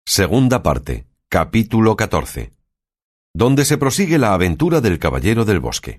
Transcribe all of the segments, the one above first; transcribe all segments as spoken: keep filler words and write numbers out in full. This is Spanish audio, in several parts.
Segunda parte, capítulo catorce, donde se prosigue la aventura del Caballero del Bosque.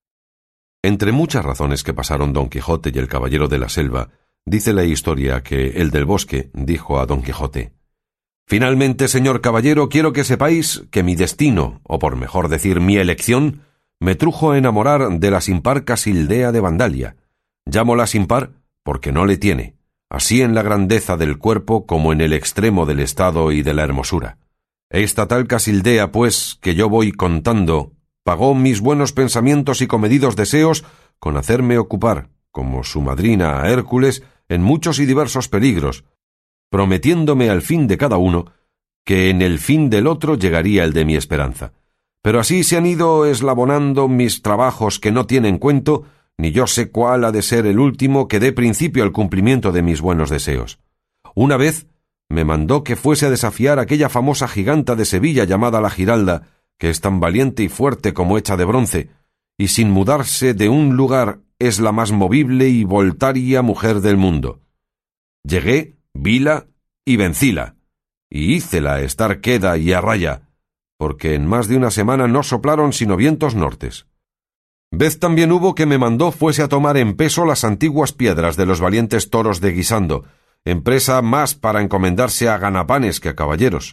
Entre muchas razones que pasaron Don Quijote y el Caballero de la Selva, dice la historia que el del Bosque dijo a Don Quijote: «Finalmente, señor caballero, quiero que sepáis que mi destino, o por mejor decir mi elección, me trujo a enamorar de la sin par Casildea de Vandalia. Llámola sin par porque no le tiene, así en la grandeza del cuerpo como en el extremo del estado y de la hermosura. Esta tal Casildea, pues, que yo voy contando, pagó mis buenos pensamientos y comedidos deseos con hacerme ocupar, como su madrina a Hércules, en muchos y diversos peligros, prometiéndome al fin de cada uno que en el fin del otro llegaría el de mi esperanza. Pero así se han ido eslabonando mis trabajos que no tienen cuento, ni yo sé cuál ha de ser el último que dé principio al cumplimiento de mis buenos deseos. Una vez me mandó que fuese a desafiar a aquella famosa giganta de Sevilla llamada la Giralda, que es tan valiente y fuerte como hecha de bronce, y sin mudarse de un lugar es la más movible y voltaria mujer del mundo. Llegué, vila y vencíla, y hícela estar queda y a raya, porque en más de una semana no soplaron sino vientos nortes. Vez también hubo que me mandó fuese a tomar en peso las antiguas piedras de los valientes toros de Guisando, empresa más para encomendarse a ganapanes que a caballeros.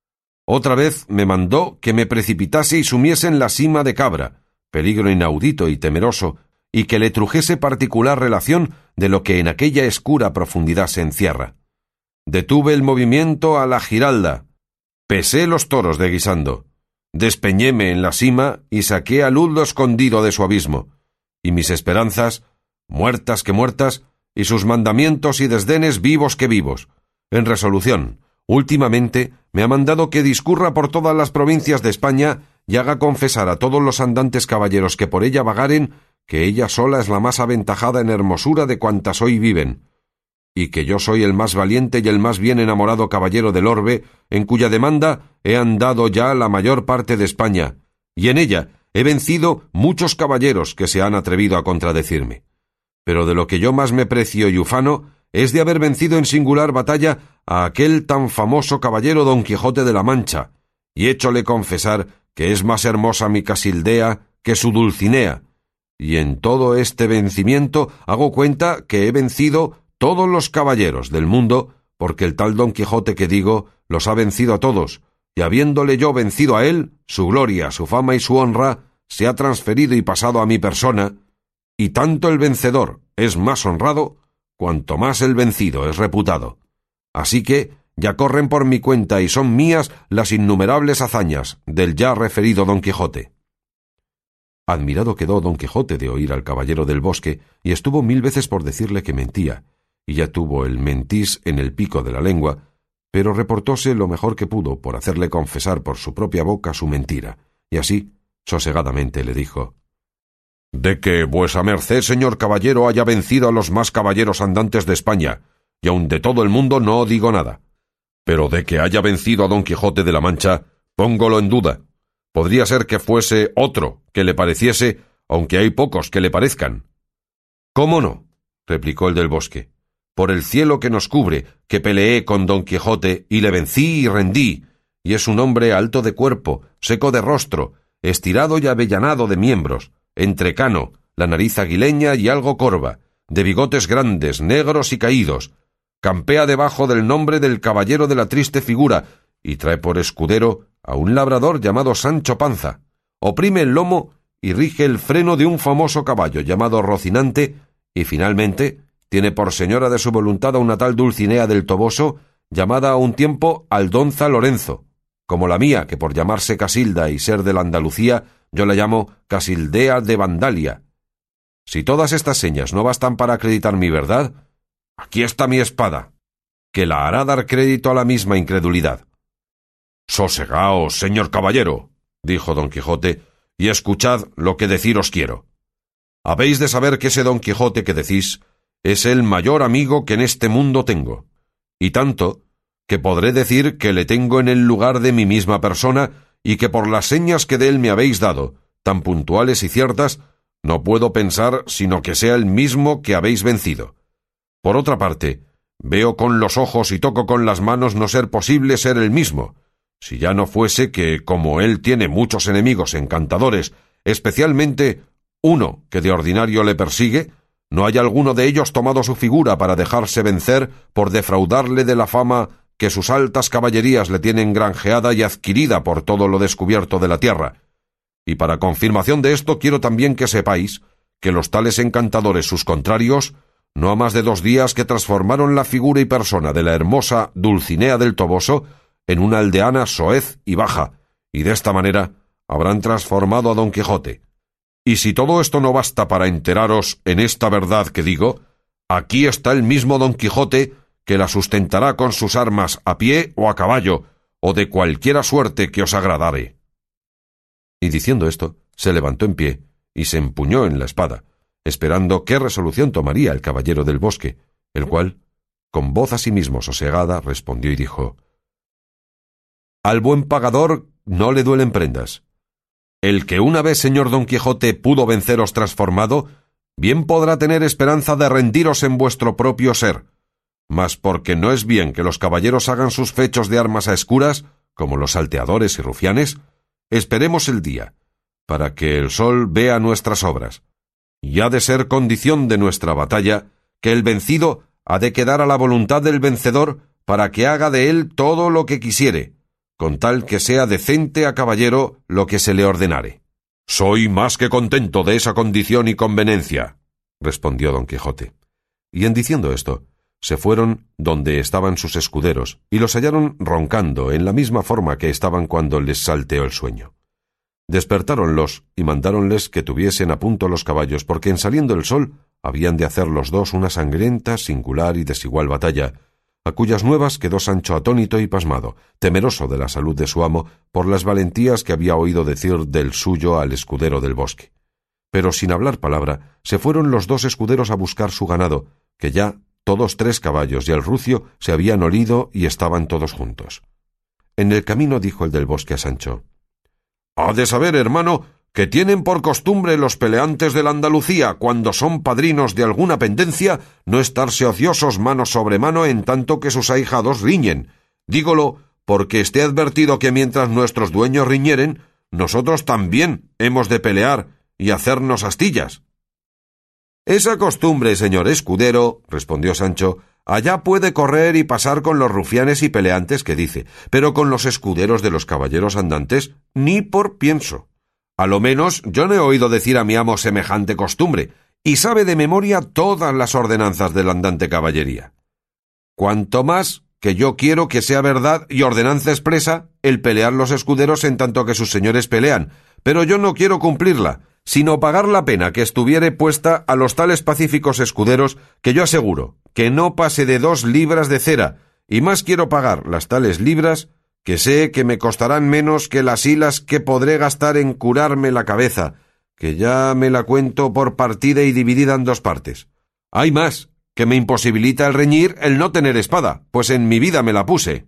Otra vez me mandó que me precipitase y sumiese en la sima de Cabra, peligro inaudito y temeroso, y que le trujese particular relación de lo que en aquella escura profundidad se encierra. Detuve el movimiento a la Giralda, pesé los toros de Guisando, despeñéme en la sima y saqué a luz lo escondido de su abismo, y mis esperanzas, muertas que muertas, y sus mandamientos y desdenes vivos que vivos. En resolución, últimamente me ha mandado que discurra por todas las provincias de España y haga confesar a todos los andantes caballeros que por ella vagaren que ella sola es la más aventajada en hermosura de cuantas hoy viven, y que yo soy el más valiente y el más bien enamorado caballero del orbe, en cuya demanda he andado ya la mayor parte de España, y en ella he vencido muchos caballeros que se han atrevido a contradecirme. Pero de lo que yo más me precio y ufano es de haber vencido en singular batalla a aquel tan famoso caballero Don Quijote de la Mancha, y héchole confesar que es más hermosa mi Casildea que su Dulcinea, y en todo este vencimiento hago cuenta que he vencido todos los caballeros del mundo, porque el tal Don Quijote que digo los ha vencido a todos, y habiéndole yo vencido a él, su gloria, su fama y su honra se ha transferido y pasado a mi persona, y tanto el vencedor es más honrado, cuanto más el vencido es reputado. Así que ya corren por mi cuenta y son mías las innumerables hazañas del ya referido Don Quijote». Admirado quedó Don Quijote de oír al Caballero del Bosque, y estuvo mil veces por decirle que mentía, y ya tuvo el mentís en el pico de la lengua, pero reportóse lo mejor que pudo por hacerle confesar por su propia boca su mentira, y así, sosegadamente le dijo: «De que vuesa merced, señor caballero, haya vencido a los más caballeros andantes de España, y aun de todo el mundo no digo nada. Pero de que haya vencido a Don Quijote de la Mancha, póngolo en duda. Podría ser que fuese otro que le pareciese, aunque hay pocos que le parezcan». «¿Cómo no?», replicó el del Bosque. «Por el cielo que nos cubre, que peleé con Don Quijote y le vencí y rendí, y es un hombre alto de cuerpo, seco de rostro, estirado y avellanado de miembros, entrecano, la nariz aguileña y algo corva, de bigotes grandes, negros y caídos, campea debajo del nombre del Caballero de la Triste Figura, y trae por escudero a un labrador llamado Sancho Panza, oprime el lomo y rige el freno de un famoso caballo llamado Rocinante, y finalmente tiene por señora de su voluntad a una tal Dulcinea del Toboso, llamada a un tiempo Aldonza Lorenzo, como la mía, que por llamarse Casilda y ser de la Andalucía, yo la llamo Casildea de Vandalia. Si todas estas señas no bastan para acreditar mi verdad, aquí está mi espada, que la hará dar crédito a la misma incredulidad». «Sosegaos, señor caballero», dijo Don Quijote, «y escuchad lo que deciros quiero. Habéis de saber que ese Don Quijote que decís es el mayor amigo que en este mundo tengo, y tanto que podré decir que le tengo en el lugar de mi misma persona, y que por las señas que de él me habéis dado, tan puntuales y ciertas, no puedo pensar sino que sea el mismo que habéis vencido. Por otra parte, Veo con los ojos y toco con las manos no ser posible ser el mismo, si ya no fuese que, como él tiene muchos enemigos encantadores, especialmente uno que de ordinario le persigue, no hay alguno de ellos tomado su figura para dejarse vencer por defraudarle de la fama que sus altas caballerías le tienen granjeada y adquirida por todo lo descubierto de la tierra. Y para confirmación de esto quiero también que sepáis que los tales encantadores sus contrarios, no ha más de dos días que transformaron la figura y persona de la hermosa Dulcinea del Toboso en una aldeana soez y baja, y de esta manera habrán transformado a Don Quijote. Y si todo esto no basta para enteraros en esta verdad que digo, aquí está el mismo Don Quijote que la sustentará con sus armas a pie o a caballo, o de cualquiera suerte que os agradare. Y diciendo esto, se levantó en pie y se empuñó en la espada, esperando qué resolución tomaría el caballero del bosque, el cual, con voz asimismo sosegada, respondió y dijo: «Al buen pagador no le duelen prendas. El que una vez, señor Don Quijote, pudo venceros transformado, bien podrá tener esperanza de rendiros en vuestro propio ser, mas porque no es bien que los caballeros hagan sus fechos de armas a escuras, como los salteadores y rufianes, esperemos el día, para que el sol vea nuestras obras. Y ha de ser condición de nuestra batalla que el vencido ha de quedar a la voluntad del vencedor para que haga de él todo lo que quisiere, con tal que sea decente a caballero lo que se le ordenare». «Soy más que contento de esa condición y conveniencia», respondió Don Quijote. Y en diciendo esto, se fueron donde estaban sus escuderos, y los hallaron roncando en la misma forma que estaban cuando les salteó el sueño. Despertáronlos y mandáronles que tuviesen a punto los caballos, porque en saliendo el sol habían de hacer los dos una sangrienta, singular y desigual batalla, a cuyas nuevas quedó Sancho atónito y pasmado, temeroso de la salud de su amo por las valentías que había oído decir del suyo al escudero del bosque. Pero sin hablar palabra, se fueron los dos escuderos a buscar su ganado, que ya todos tres caballos y el rucio se habían olido y estaban todos juntos. En el camino dijo el del bosque a Sancho: «Ha de saber, hermano, que tienen por costumbre los peleantes de la Andalucía, cuando son padrinos de alguna pendencia, no estarse ociosos mano sobre mano en tanto que sus ahijados riñen. Dígolo porque esté advertido que mientras nuestros dueños riñeren, nosotros también hemos de pelear y hacernos astillas». «Esa costumbre, señor escudero», respondió Sancho, «allá puede correr y pasar con los rufianes y peleantes que dice, pero con los escuderos de los caballeros andantes ni por pienso. A lo menos yo no he oído decir a mi amo semejante costumbre, y sabe de memoria todas las ordenanzas de la andante caballería. Cuanto más que yo quiero que sea verdad y ordenanza expresa el pelear los escuderos en tanto que sus señores pelean, pero yo no quiero cumplirla, sino pagar la pena que estuviere puesta a los tales pacíficos escuderos, que yo aseguro que no pase de dos libras de cera, y más quiero pagar las tales libras que sé que me costarán menos que las hilas que podré gastar en curarme la cabeza, que ya me la cuento por partida y dividida en dos partes. Hay más, que me imposibilita el reñir el no tener espada, pues en mi vida me la puse».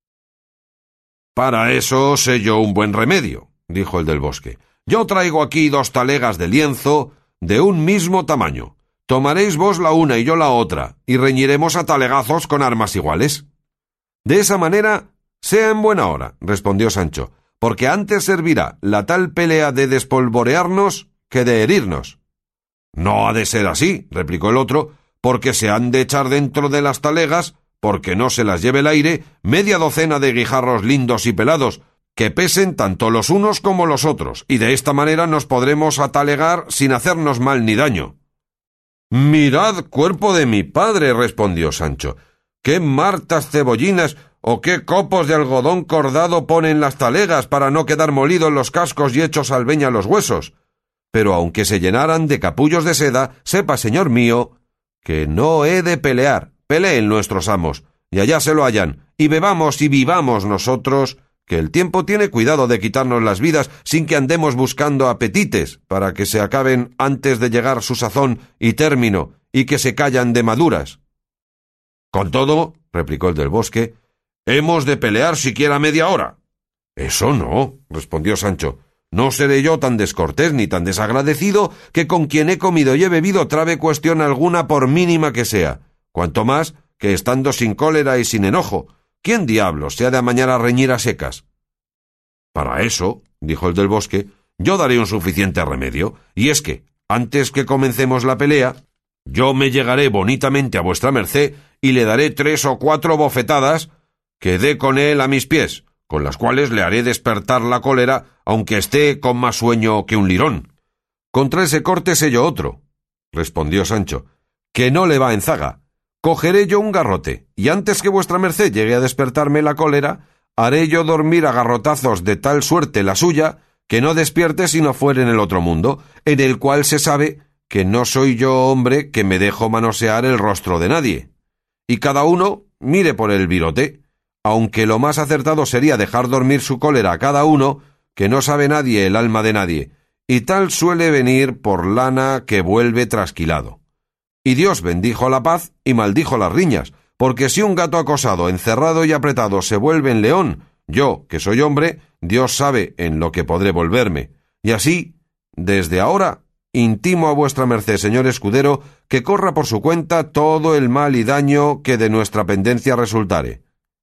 «Para eso sé yo un buen remedio», dijo el del bosque. «Yo traigo aquí dos talegas de lienzo de un mismo tamaño. Tomaréis vos la una y yo la otra, y reñiremos a talegazos con armas iguales». «De esa manera sea en buena hora», respondió Sancho, «porque antes servirá la tal pelea de despolvorearnos que de herirnos». «No ha de ser así», replicó el otro, «porque se han de echar dentro de las talegas, porque no se las lleve el aire, media docena de guijarros lindos y pelados, que pesen tanto los unos como los otros, y de esta manera nos podremos atalegar sin hacernos mal ni daño». «Mirad, cuerpo de mi padre», respondió Sancho, «qué martas cebollinas o qué copos de algodón cordado ponen las talegas para no quedar molidos los cascos y hechos albeña los huesos. Pero aunque se llenaran de capullos de seda, sepa, señor mío, que no he de pelear. Peleen nuestros amos, y allá se lo hallan, y bebamos y vivamos nosotros, que el tiempo tiene cuidado de quitarnos las vidas sin que andemos buscando apetites, para que se acaben antes de llegar su sazón y término, y que se callan de maduras». «Con todo», replicó el del bosque, «hemos de pelear siquiera media hora». «Eso no», respondió Sancho, «no seré yo tan descortés ni tan desagradecido que con quien he comido y he bebido trabe cuestión alguna por mínima que sea, cuanto más que estando sin cólera y sin enojo, ¿quién diablos se ha de amañar a reñir a secas? Para eso, dijo el del bosque, yo daré un suficiente remedio, y es que, antes que comencemos la pelea, yo me llegaré bonitamente a vuestra merced y le daré tres o cuatro bofetadas que dé con él a mis pies, con las cuales le haré despertar la cólera, aunque esté con más sueño que un lirón. Contra ese corte sé yo otro, respondió Sancho, que no le va en zaga. Cogeré yo un garrote, y antes que vuestra merced llegue a despertarme la cólera, haré yo dormir a garrotazos de tal suerte la suya, que no despierte sino fuere en el otro mundo, en el cual se sabe que no soy yo hombre que me dejo manosear el rostro de nadie. Y cada uno mire por el virote, aunque lo más acertado sería dejar dormir su cólera a cada uno, que no sabe nadie el alma de nadie, y tal suele venir por lana que vuelve trasquilado. Y Dios bendijo la paz y maldijo las riñas, porque si un gato acosado, encerrado y apretado se vuelve en león, yo, que soy hombre, Dios sabe en lo que podré volverme. Y así, desde ahora, intimo a vuestra merced, señor escudero, que corra por su cuenta todo el mal y daño que de nuestra pendencia resultare.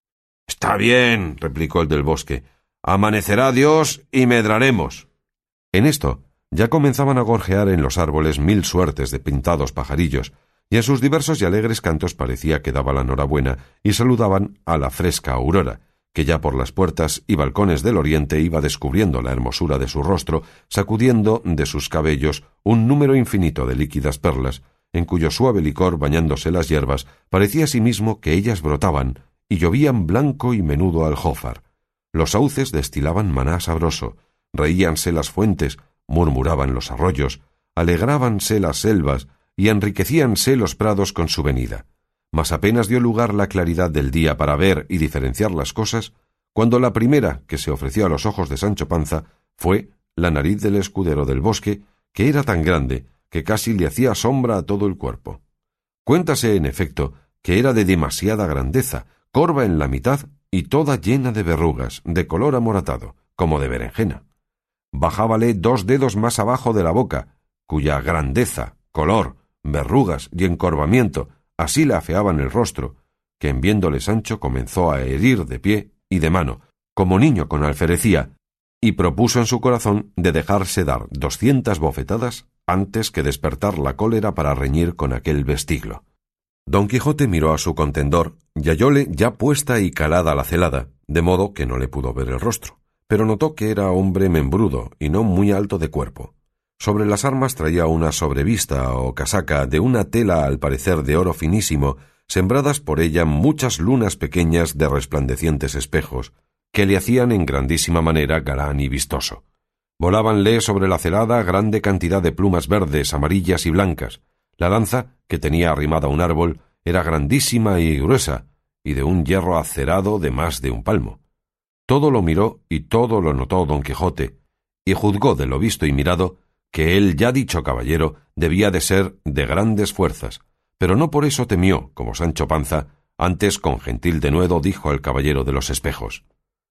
Está bien, replicó el del bosque. Amanecerá Dios y medraremos. En esto ya comenzaban a gorjear en los árboles mil suertes de pintados pajarillos, y en sus diversos y alegres cantos parecía que daba la enhorabuena y saludaban a la fresca aurora, que ya por las puertas y balcones del oriente iba descubriendo la hermosura de su rostro, sacudiendo de sus cabellos un número infinito de líquidas perlas, en cuyo suave licor, bañándose las hierbas, parecía asimismo que ellas brotaban y llovían blanco y menudo aljófar. Los sauces destilaban maná sabroso, reíanse las fuentes, murmuraban los arroyos, alegrábanse las selvas y enriquecíanse los prados con su venida. Mas apenas dio lugar la claridad del día para ver y diferenciar las cosas, cuando la primera que se ofreció a los ojos de Sancho Panza fue la nariz del escudero del bosque, que era tan grande que casi le hacía sombra a todo el cuerpo. Cuéntase, en efecto, que era de demasiada grandeza, corva en la mitad y toda llena de verrugas, de color amoratado, como de berenjena. Bajábale dos dedos más abajo de la boca, cuya grandeza, color, verrugas y encorvamiento así le afeaban el rostro, que en viéndole Sancho comenzó a herir de pie y de mano, como niño con alferecía, y propuso en su corazón de dejarse dar doscientas bofetadas antes que despertar la cólera para reñir con aquel vestiglo. Don Quijote miró a su contendor y hallóle ya puesta y calada la celada, de modo que no le pudo ver el rostro, pero notó que era hombre membrudo y no muy alto de cuerpo. Sobre las armas traía una sobrevista o casaca de una tela al parecer de oro finísimo, sembradas por ella muchas lunas pequeñas de resplandecientes espejos, que le hacían en grandísima manera galán y vistoso. Volábanle sobre la celada grande cantidad de plumas verdes, amarillas y blancas. La lanza, que tenía arrimada a un árbol, era grandísima y gruesa, y de un hierro acerado de más de un palmo. Todo lo miró y todo lo notó don Quijote, y juzgó de lo visto y mirado que el ya dicho caballero debía de ser de grandes fuerzas, pero no por eso temió, como Sancho Panza, antes con gentil denuedo dijo al caballero de los espejos: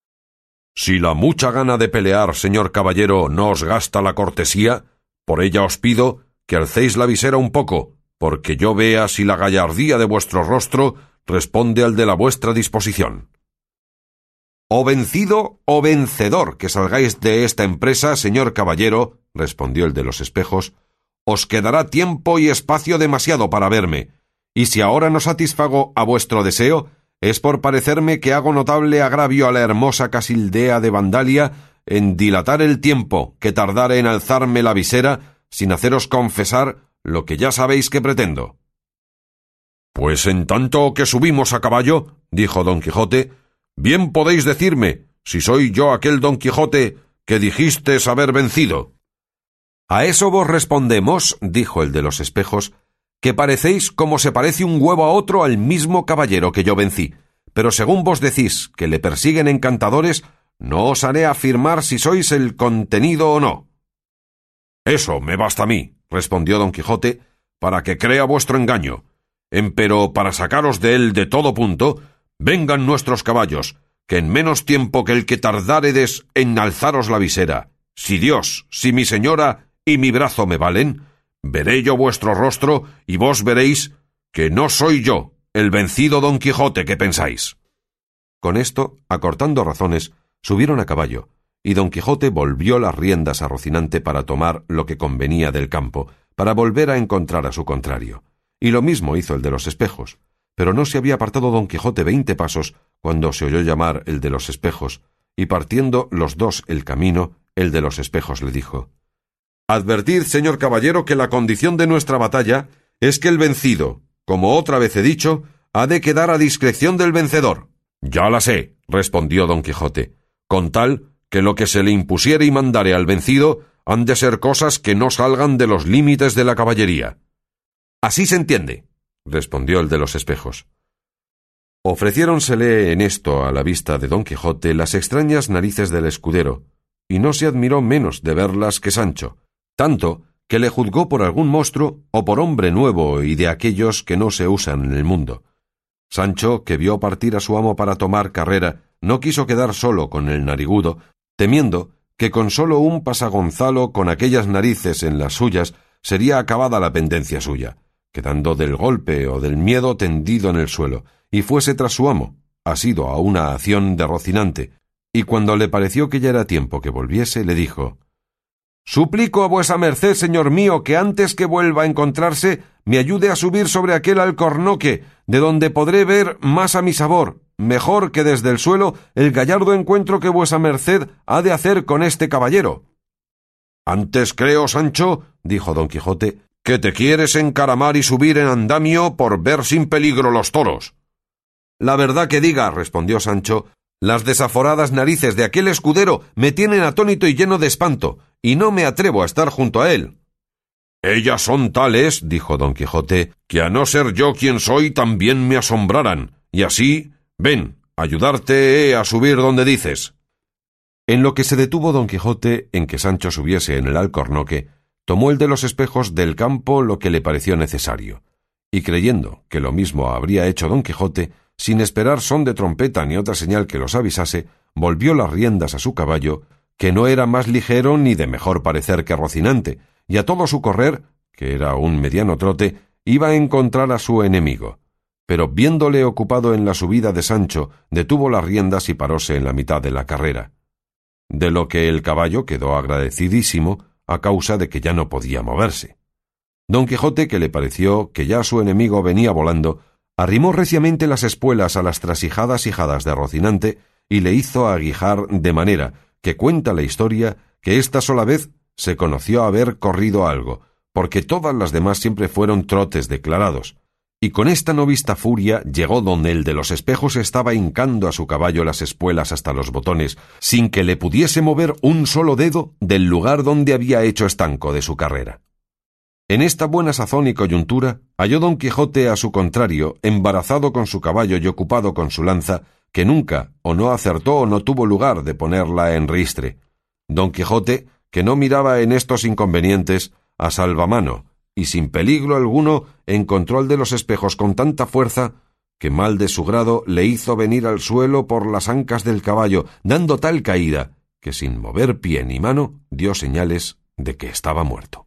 «Si la mucha gana de pelear, señor caballero, no os gasta la cortesía, por ella os pido que alcéis la visera un poco, porque yo vea si la gallardía de vuestro rostro responde al de la vuestra disposición». «O vencido o vencedor que salgáis de esta empresa, señor caballero», respondió el de los espejos, «os quedará tiempo y espacio demasiado para verme, y si ahora no satisfago a vuestro deseo, es por parecerme que hago notable agravio a la hermosa Casildea de Vandalia en dilatar el tiempo que tardare en alzarme la visera, sin haceros confesar lo que ya sabéis que pretendo». «Pues en tanto que subimos a caballo», dijo don Quijote, «bien podéis decirme si soy yo aquel don Quijote que dijistes haber vencido». «A eso vos respondemos», dijo el de los espejos, «que parecéis como se parece un huevo a otro al mismo caballero que yo vencí, pero según vos decís que le persiguen encantadores, no os haré afirmar si sois el contenido o no». «Eso me basta a mí», respondió don Quijote, «para que crea vuestro engaño. Empero para sacaros de él de todo punto, vengan nuestros caballos, que en menos tiempo que el que tardáredes en alzaros la visera, si Dios, si mi señora y mi brazo me valen, veré yo vuestro rostro y vos veréis que no soy yo, el vencido Don Quijote, ¿qué pensáis? Con esto, acortando razones, subieron a caballo, y Don Quijote volvió las riendas a Rocinante para tomar lo que convenía del campo, para volver a encontrar a su contrario. Y lo mismo hizo el de los espejos. Pero no se había apartado Don Quijote veinte pasos cuando se oyó llamar el de los espejos, y partiendo los dos el camino, el de los espejos le dijo: «Advertid, señor caballero, que la condición de nuestra batalla es que el vencido, como otra vez he dicho, ha de quedar a discreción del vencedor». «Ya la sé», respondió Don Quijote, «con tal que lo que se le impusiere y mandare al vencido han de ser cosas que no salgan de los límites de la caballería». «Así se entiende», respondió el de los espejos. Ofreciéronsele en esto a la vista de Don Quijote las extrañas narices del escudero, y no se admiró menos de verlas que Sancho, tanto que le juzgó por algún monstruo o por hombre nuevo y de aquellos que no se usan en el mundo. Sancho, que vio partir a su amo para tomar carrera, no quiso quedar solo con el narigudo, temiendo que con solo un pasagonzalo con aquellas narices en las suyas sería acabada la pendencia suya, quedando del golpe o del miedo tendido en el suelo, y fuese tras su amo, asido a una acción de Rocinante, y cuando le pareció que ya era tiempo que volviese, le dijo: «Suplico a vuesa merced, señor mío, que antes que vuelva a encontrarse, me ayude a subir sobre aquel alcornoque, de donde podré ver más a mi sabor, mejor que desde el suelo, el gallardo encuentro que vuesa merced ha de hacer con este caballero». «Antes creo, Sancho», dijo Don Quijote, «que te quieres encaramar y subir en andamio por ver sin peligro los toros». «La verdad que diga», respondió Sancho, «las desaforadas narices de aquel escudero me tienen atónito y lleno de espanto, y no me atrevo a estar junto a él». «Ellas son tales», dijo Don Quijote, «que a no ser yo quien soy también me asombraran, y así, ven, ayudarte he a subir donde dices». En lo que se detuvo Don Quijote en que Sancho subiese en el alcornoque, tomó el de los espejos del campo lo que le pareció necesario, y creyendo que lo mismo habría hecho Don Quijote, sin esperar son de trompeta ni otra señal que los avisase, volvió las riendas a su caballo, que no era más ligero ni de mejor parecer que Rocinante, y a todo su correr, que era un mediano trote, iba a encontrar a su enemigo. Pero viéndole ocupado en la subida de Sancho, detuvo las riendas y paróse en la mitad de la carrera. De lo que el caballo quedó agradecidísimo, a causa de que ya no podía moverse. Don Quijote, que le pareció que ya su enemigo venía volando, arrimó reciamente las espuelas a las trasijadas ijadas de Rocinante y le hizo aguijar de manera que cuenta la historia que esta sola vez se conoció haber corrido algo, porque todas las demás siempre fueron trotes declarados, y con esta no vista furia llegó donde el de los espejos estaba hincando a su caballo las espuelas hasta los botones, sin que le pudiese mover un solo dedo del lugar donde había hecho estanco de su carrera. En esta buena sazón y coyuntura halló Don Quijote a su contrario, embarazado con su caballo y ocupado con su lanza, que nunca o no acertó o no tuvo lugar de ponerla en ristre. Don Quijote, que no miraba en estos inconvenientes, a salvamano, y sin peligro alguno, encontró al de los espejos con tanta fuerza que mal de su grado le hizo venir al suelo por las ancas del caballo, dando tal caída que sin mover pie ni mano dio señales de que estaba muerto.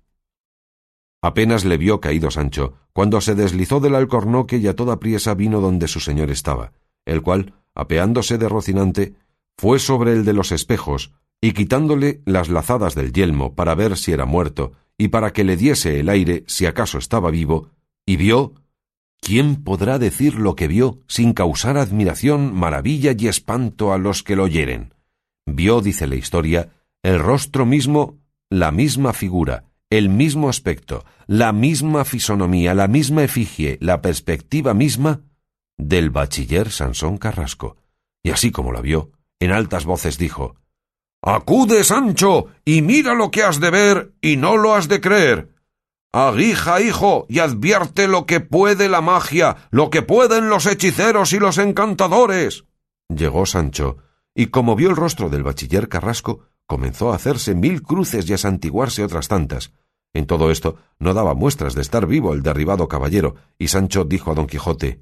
Apenas le vio caído Sancho, cuando se deslizó del alcornoque y a toda priesa vino donde su señor estaba, el cual, apeándose de Rocinante, fue sobre el de los espejos, y quitándole las lazadas del yelmo para ver si era muerto, y para que le diese el aire si acaso estaba vivo, y vio... ¿Quién podrá decir lo que vio sin causar admiración, maravilla y espanto a los que lo oyeren? Vio, dice la historia, el rostro mismo, la misma figura, el mismo aspecto, la misma fisonomía, la misma efigie, la perspectiva misma del bachiller Sansón Carrasco. Y así como la vio, en altas voces dijo: «Acude, Sancho, y mira lo que has de ver, y no lo has de creer. Aguija, hijo, y advierte lo que puede la magia, lo que pueden los hechiceros y los encantadores». Llegó Sancho, y como vio el rostro del bachiller Carrasco, comenzó a hacerse mil cruces y a santiguarse otras tantas. En todo esto no daba muestras de estar vivo el derribado caballero, y Sancho dijo a Don Quijote: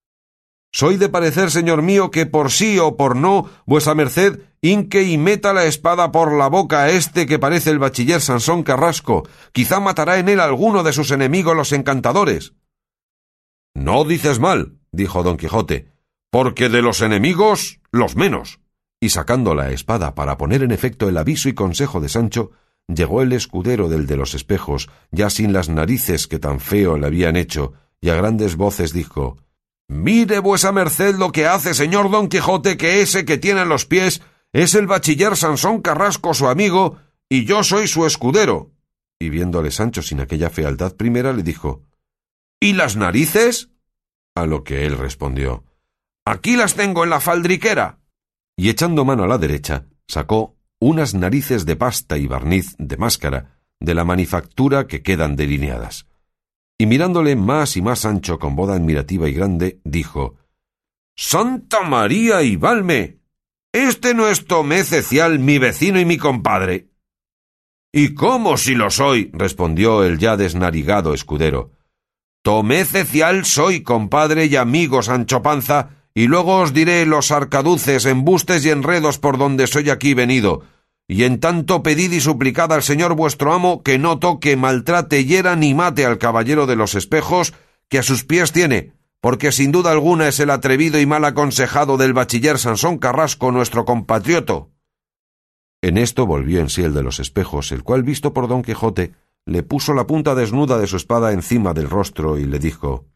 «Soy de parecer, señor mío, que por sí o por no, vuesa merced hinque y meta la espada por la boca a este que parece el bachiller Sansón Carrasco. Quizá matará en él alguno de sus enemigos los encantadores». «No dices mal», dijo don Quijote, porque de los enemigos los menos. Y sacando la espada para poner en efecto el aviso y consejo de Sancho, llegó el escudero del de los espejos, ya sin las narices que tan feo le habían hecho, y a grandes voces dijo: «Mire vuesa merced lo que hace, señor don Quijote, que ese que tiene en los pies es el bachiller Sansón Carrasco, su amigo, y yo soy su escudero». Y viéndole Sancho sin aquella fealdad primera, le dijo: «¿Y las narices?». A lo que él respondió: «Aquí las tengo en la faldriquera». Y echando mano a la derecha, sacó unas narices de pasta y barniz de máscara, de la manufactura que quedan delineadas. Y mirándole más y más Sancho con voz admirativa y grande, dijo: «¡Santa María y valme! Este no es Tomé Cecial, mi vecino y mi compadre». «¿Y cómo si lo soy?», respondió el ya desnarigado escudero. «Tomé Cecial soy, compadre y amigo Sancho Panza, y luego os diré los arcaduces, embustes y enredos por donde soy aquí venido. Y en tanto pedid y suplicad al señor vuestro amo que no toque, maltrate, hiera ni mate al caballero de los espejos que a sus pies tiene, porque sin duda alguna es el atrevido y mal aconsejado del bachiller Sansón Carrasco, nuestro compatrioto». En esto volvió en sí el de los espejos, el cual, visto por don Quijote, le puso la punta desnuda de su espada encima del rostro y le dijo: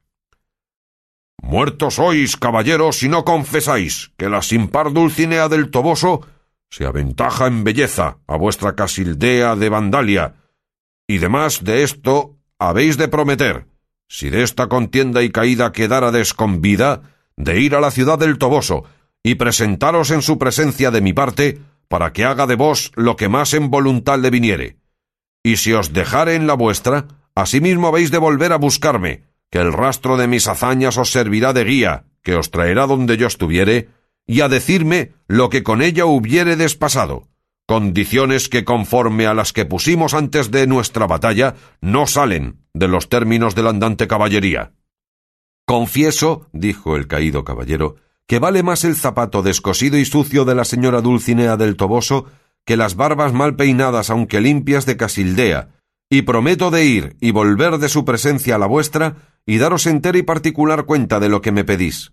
«Muertos sois, caballero, si no confesáis que la sin par Dulcinea del Toboso se aventaja en belleza a vuestra Casildea de Vandalia, y demás de esto habéis de prometer, si de esta contienda y caída quedárades con vida, de ir a la ciudad del Toboso y presentaros en su presencia de mi parte, para que haga de vos lo que más en voluntad le viniere. Y si os dejare en la vuestra, asimismo habéis de volver a buscarme, que el rastro de mis hazañas os servirá de guía, que os traerá donde yo estuviere, y a decirme lo que con ella hubiéredes pasado, condiciones que conforme a las que pusimos antes de nuestra batalla no salen de los términos de la andante caballería». «Confieso», dijo el caído caballero, «que vale más el zapato descosido y sucio de la señora Dulcinea del Toboso que las barbas mal peinadas aunque limpias de Casildea, y prometo de ir y volver de su presencia a la vuestra y daros entera y particular cuenta de lo que me pedís».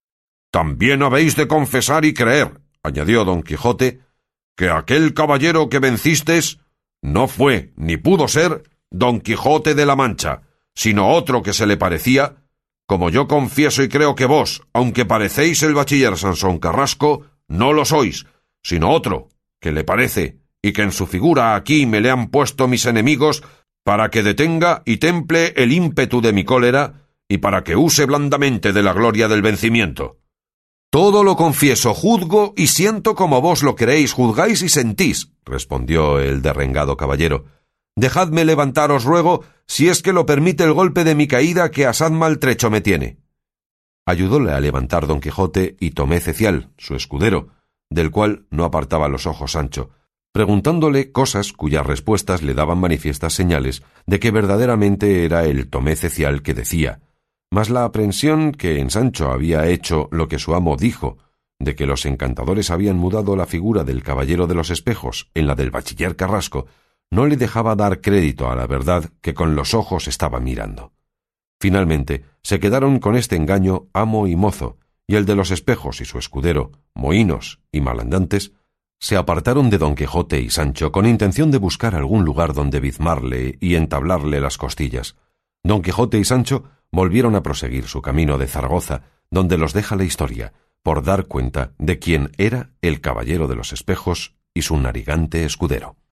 «También habéis de confesar y creer», añadió don Quijote, «que aquel caballero que vencistes no fue ni pudo ser don Quijote de la Mancha, sino otro que se le parecía, como yo confieso y creo que vos, aunque parecéis el bachiller Sansón Carrasco, no lo sois, sino otro que le parece, y que en su figura aquí me le han puesto mis enemigos para que detenga y temple el ímpetu de mi cólera y para que use blandamente de la gloria del vencimiento». «Todo lo confieso, juzgo y siento como vos lo queréis, juzgáis y sentís», respondió el derrengado caballero. «Dejadme levantar, os ruego, si es que lo permite el golpe de mi caída que asaz maltrecho me tiene». Ayudóle a levantar don Quijote y Tomé Cecial, su escudero, del cual no apartaba los ojos Sancho, preguntándole cosas cuyas respuestas le daban manifiestas señales de que verdaderamente era el Tomé Cecial que decía, mas la aprensión que en Sancho había hecho lo que su amo dijo, de que los encantadores habían mudado la figura del caballero de los espejos en la del bachiller Carrasco, no le dejaba dar crédito a la verdad que con los ojos estaba mirando. Finalmente se quedaron con este engaño amo y mozo, y el de los espejos y su escudero, mohínos y malandantes, se apartaron de don Quijote y Sancho con intención de buscar algún lugar donde bizmarle y entablarle las costillas. Don Quijote y Sancho volvieron a proseguir su camino de Zaragoza, donde los deja la historia, por dar cuenta de quién era el caballero de los espejos y su narigante escudero.